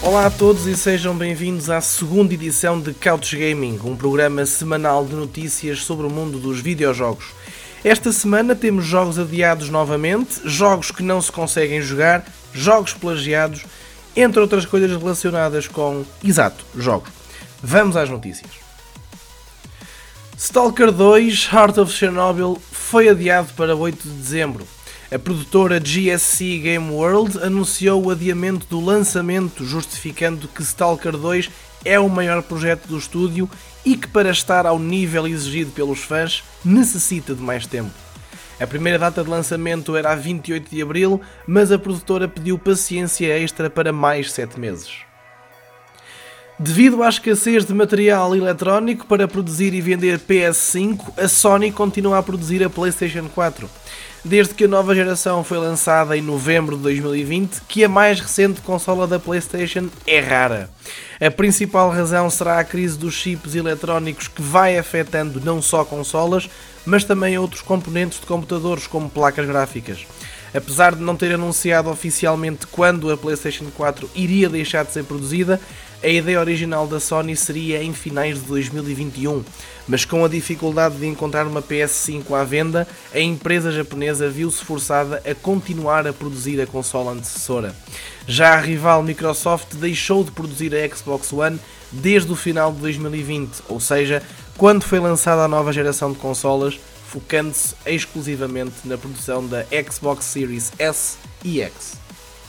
Olá a todos e sejam bem-vindos à segunda edição de Couch Gaming, um programa semanal de notícias sobre o mundo dos videojogos. Esta semana temos jogos adiados novamente, jogos que não se conseguem jogar, jogos plagiados, entre outras coisas relacionadas com, jogos. Vamos às notícias. Stalker 2 Heart of Chernobyl foi adiado para 8 de dezembro. A produtora GSC Game World anunciou o adiamento do lançamento, justificando que Stalker 2 é o maior projeto do estúdio e que, para estar ao nível exigido pelos fãs, necessita de mais tempo. A primeira data de lançamento era a 28 de abril, mas a produtora pediu paciência extra para mais 7 meses. Devido à escassez de material eletrónico para produzir e vender PS5, a Sony continua a produzir a PlayStation 4. Desde que a nova geração foi lançada em novembro de 2020, que a mais recente consola da PlayStation é rara. A principal razão será a crise dos chips eletrónicos que vai afetando não só consolas, mas também outros componentes de computadores como placas gráficas. Apesar de não ter anunciado oficialmente quando a PlayStation 4 iria deixar de ser produzida, a ideia original da Sony seria em finais de 2021, mas com a dificuldade de encontrar uma PS5 à venda, a empresa japonesa viu-se forçada a continuar a produzir a consola antecessora. Já a rival Microsoft deixou de produzir a Xbox One desde o final de 2020, ou seja, quando foi lançada a nova geração de consolas, focando-se exclusivamente na produção da Xbox Series S e X.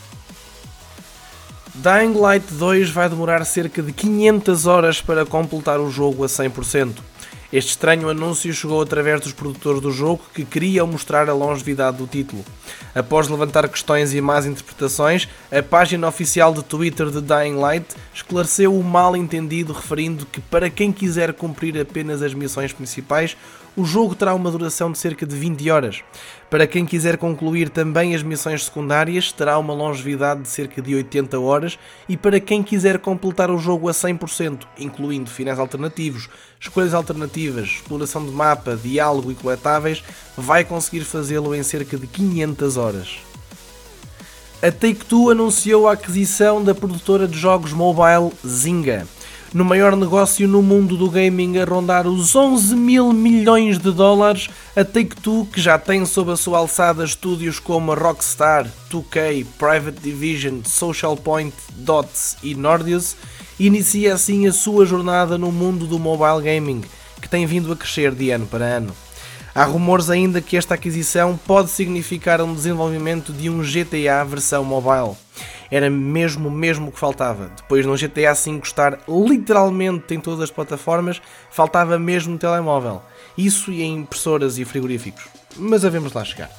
Dying Light 2 vai demorar cerca de 500 horas para completar o jogo a 100%. Este estranho anúncio chegou através dos produtores do jogo que queriam mostrar a longevidade do título. Após levantar questões e más interpretações, a página oficial de Twitter de Dying Light esclareceu o mal-entendido, referindo que para quem quiser cumprir apenas as missões principais, o jogo terá uma duração de cerca de 20 horas. Para quem quiser concluir também as missões secundárias, terá uma longevidade de cerca de 80 horas e para quem quiser completar o jogo a 100%, incluindo finais alternativos, escolhas alternativas, exploração de mapa, diálogo e coletáveis, vai conseguir fazê-lo em cerca de 500 horas. A Take-Two anunciou a aquisição da produtora de jogos mobile Zynga. No maior negócio no mundo do gaming a rondar os 11 mil milhões de dólares, a Take-Two, que já tem sob a sua alçada estúdios como a Rockstar, 2K, Private Division, Social Point, Dots e Nordeus, inicia assim a sua jornada no mundo do mobile gaming, que tem vindo a crescer de ano para ano. Há rumores ainda que esta aquisição pode significar um desenvolvimento de um GTA versão mobile. Era mesmo o que faltava. Depois de um GTA V estar literalmente em todas as plataformas, faltava mesmo no telemóvel. Isso e em impressoras e frigoríficos. Mas havemos lá chegar.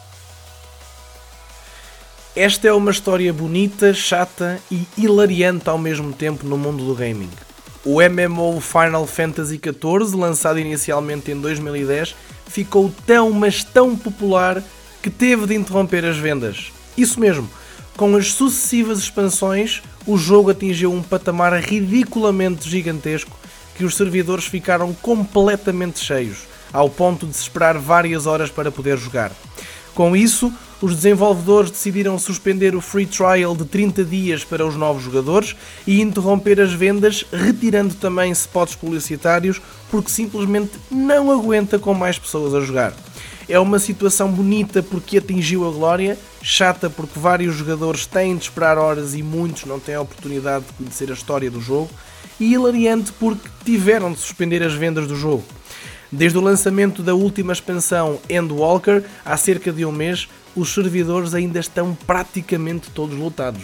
Esta é uma história bonita, chata e hilariante ao mesmo tempo no mundo do gaming. O MMO Final Fantasy XIV, lançado inicialmente em 2010, ficou tão popular que teve de interromper as vendas. Isso mesmo, com as sucessivas expansões, o jogo atingiu um patamar ridiculamente gigantesco que os servidores ficaram completamente cheios, ao ponto de se esperar várias horas para poder jogar. Com isso, os desenvolvedores decidiram suspender o free trial de 30 dias para os novos jogadores e interromper as vendas, retirando também spots publicitários, porque simplesmente não aguenta com mais pessoas a jogar. É uma situação bonita porque atingiu a glória, chata porque vários jogadores têm de esperar horas e muitos não têm a oportunidade de conhecer a história do jogo, e hilariante porque tiveram de suspender as vendas do jogo. Desde o lançamento da última expansão Endwalker, há cerca de um mês, os servidores ainda estão praticamente todos lotados.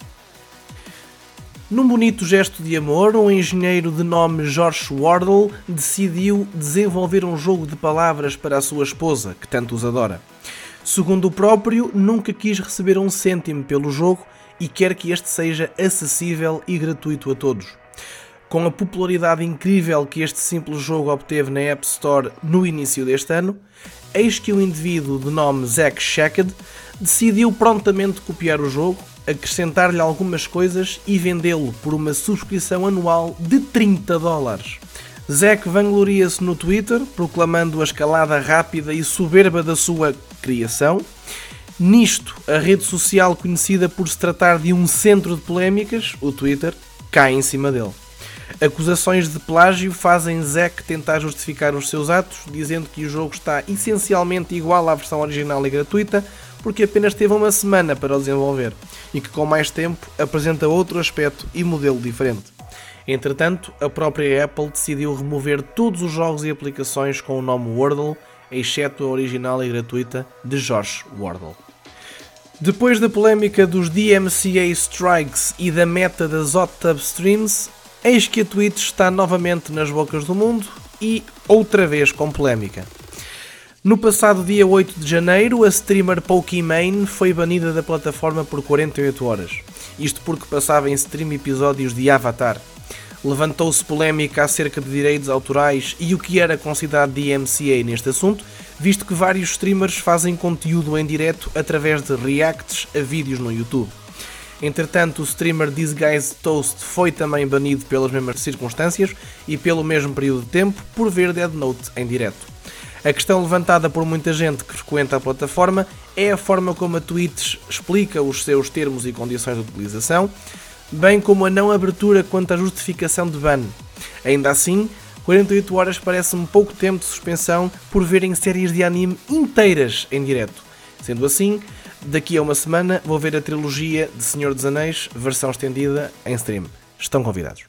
Num bonito gesto de amor, um engenheiro de nome Josh Wardle decidiu desenvolver um jogo de palavras para a sua esposa, que tanto os adora. Segundo o próprio, nunca quis receber um cêntimo pelo jogo e quer que este seja acessível e gratuito a todos. Com a popularidade incrível que este simples jogo obteve na App Store no início deste ano, eis que um indivíduo de nome Zack Shacked decidiu prontamente copiar o jogo, acrescentar-lhe algumas coisas e vendê-lo por uma subscrição anual de $30. Zack vangloria-se no Twitter, proclamando a escalada rápida e soberba da sua criação, Nisto, a rede social conhecida por se tratar de um centro de polémicas, o Twitter, cai em cima dele. Acusações de plágio fazem Zack tentar justificar os seus atos, dizendo que o jogo está essencialmente igual à versão original e gratuita, porque apenas teve uma semana para o desenvolver, e que com mais tempo apresenta outro aspecto e modelo diferente. Entretanto, a própria Apple decidiu remover todos os jogos e aplicações com o nome Wordle, exceto a original e gratuita de Josh Wardle. Depois da polémica dos DMCA Strikes e da meta das Hot Tub Streams, eis que a Twitch está novamente nas bocas do mundo e outra vez com polémica. No passado dia 8 de janeiro, a streamer Pokimane foi banida da plataforma por 48 horas. Isto porque passava em stream episódios de Avatar. Levantou-se polémica acerca de direitos autorais e o que era considerado DMCA neste assunto, visto que vários streamers fazem conteúdo em direto através de reacts a vídeos no YouTube. Entretanto, o streamer This Guy's Toast foi também banido pelas mesmas circunstâncias e pelo mesmo período de tempo por ver Dead Note em direto. A questão levantada por muita gente que frequenta a plataforma é a forma como a Twitch explica os seus termos e condições de utilização, bem como a não abertura quanto à justificação de ban. Ainda assim, 48 horas parece-me pouco tempo de suspensão por verem séries de anime inteiras em direto. Sendo assim, daqui a uma semana vou ver a trilogia de Senhor dos Anéis, versão estendida, em stream. Estão convidados.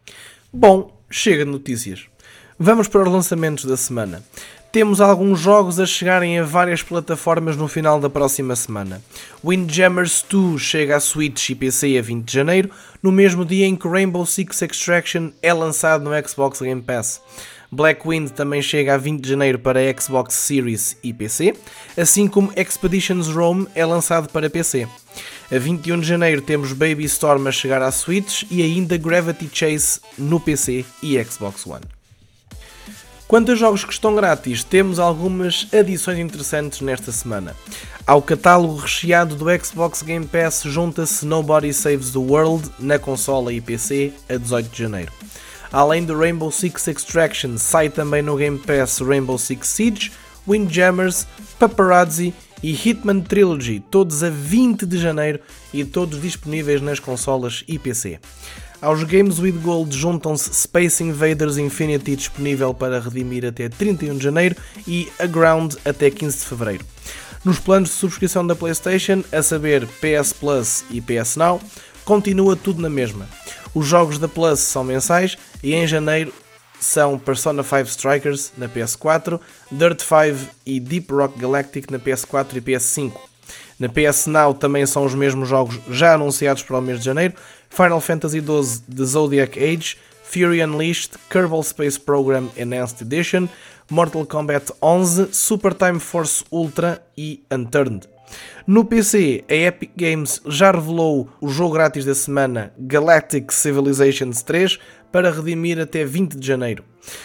Bom, chega de notícias. Vamos para os lançamentos da semana. Temos alguns jogos a chegarem a várias plataformas no final da próxima semana. Windjammers 2 chega à Switch e PC a 20 de janeiro, no mesmo dia em que Rainbow Six Extraction é lançado no Xbox Game Pass. Blackwind também chega a 20 de janeiro para Xbox Series e PC, assim como Expeditions Rome é lançado para PC. A 21 de janeiro temos Baby Storm a chegar à Switch e ainda Gravity Chase no PC e Xbox One. Quanto a jogos que estão grátis, temos algumas adições interessantes nesta semana. Ao catálogo recheado do Xbox Game Pass junta-se Nobody Saves the World na consola e PC a 18 de janeiro. Além do Rainbow Six Extraction, sai também no Game Pass Rainbow Six Siege, Windjammers, Paparazzi e Hitman Trilogy, todos a 20 de janeiro e todos disponíveis nas consolas e PC. Aos Games with Gold juntam-se Space Invaders Infinity, disponível para redimir até 31 de janeiro, e A Ground até 15 de fevereiro. Nos planos de subscrição da PlayStation, a saber PS Plus e PS Now, continua tudo na mesma. Os jogos da Plus são mensais e em janeiro são Persona 5 Strikers na PS4, Dirt 5 e Deep Rock Galactic na PS4 e PS5. Na PS Now também são os mesmos jogos já anunciados para o mês de janeiro: Final Fantasy XII The Zodiac Age, Fury Unleashed, Kerbal Space Program Enhanced Edition, Mortal Kombat 11, Super Time Force Ultra e Unturned. No PC, a Epic Games já revelou o jogo grátis da semana Galactic Civilizations 3 para redimir até 20 de janeiro.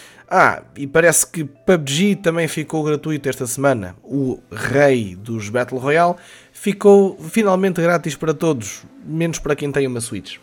E parece que PUBG também ficou gratuito esta semana. O rei dos Battle Royale ficou finalmente grátis para todos, menos para quem tem uma Switch.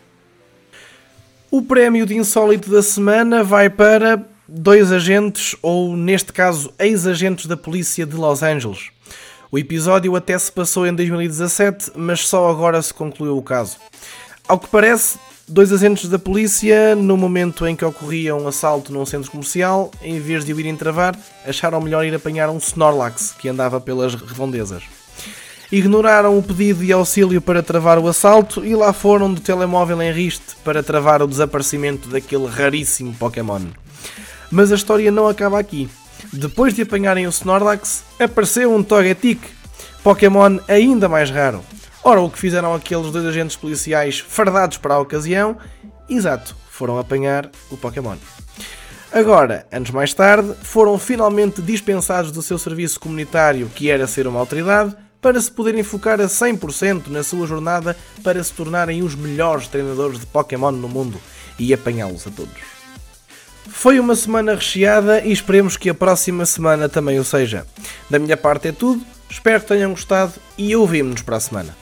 O prémio de insólito da semana vai para 2 agentes, ou neste caso, ex-agentes da polícia de Los Angeles. O episódio até se passou em 2017, mas só agora se concluiu o caso. Ao que parece, 2 agentes da polícia, no momento em que ocorria um assalto num centro comercial, em vez de o irem travar, acharam melhor ir apanhar um Snorlax que andava pelas redondezas. Ignoraram o pedido de auxílio para travar o assalto e lá foram do telemóvel em riste para travar o desaparecimento daquele raríssimo Pokémon. Mas a história não acaba aqui. Depois de apanharem o Snorlax, apareceu um Togetic, Pokémon ainda mais raro. Ora, o que fizeram aqueles 2 agentes policiais fardados para a ocasião? Exato, foram apanhar o Pokémon. Agora, anos mais tarde, foram finalmente dispensados do seu serviço comunitário, que era ser uma autoridade, para se poderem focar a 100% na sua jornada para se tornarem os melhores treinadores de Pokémon no mundo e apanhá-los a todos. Foi uma semana recheada e esperemos que a próxima semana também o seja. Da minha parte é tudo, espero que tenham gostado e ouvimos-nos para a semana.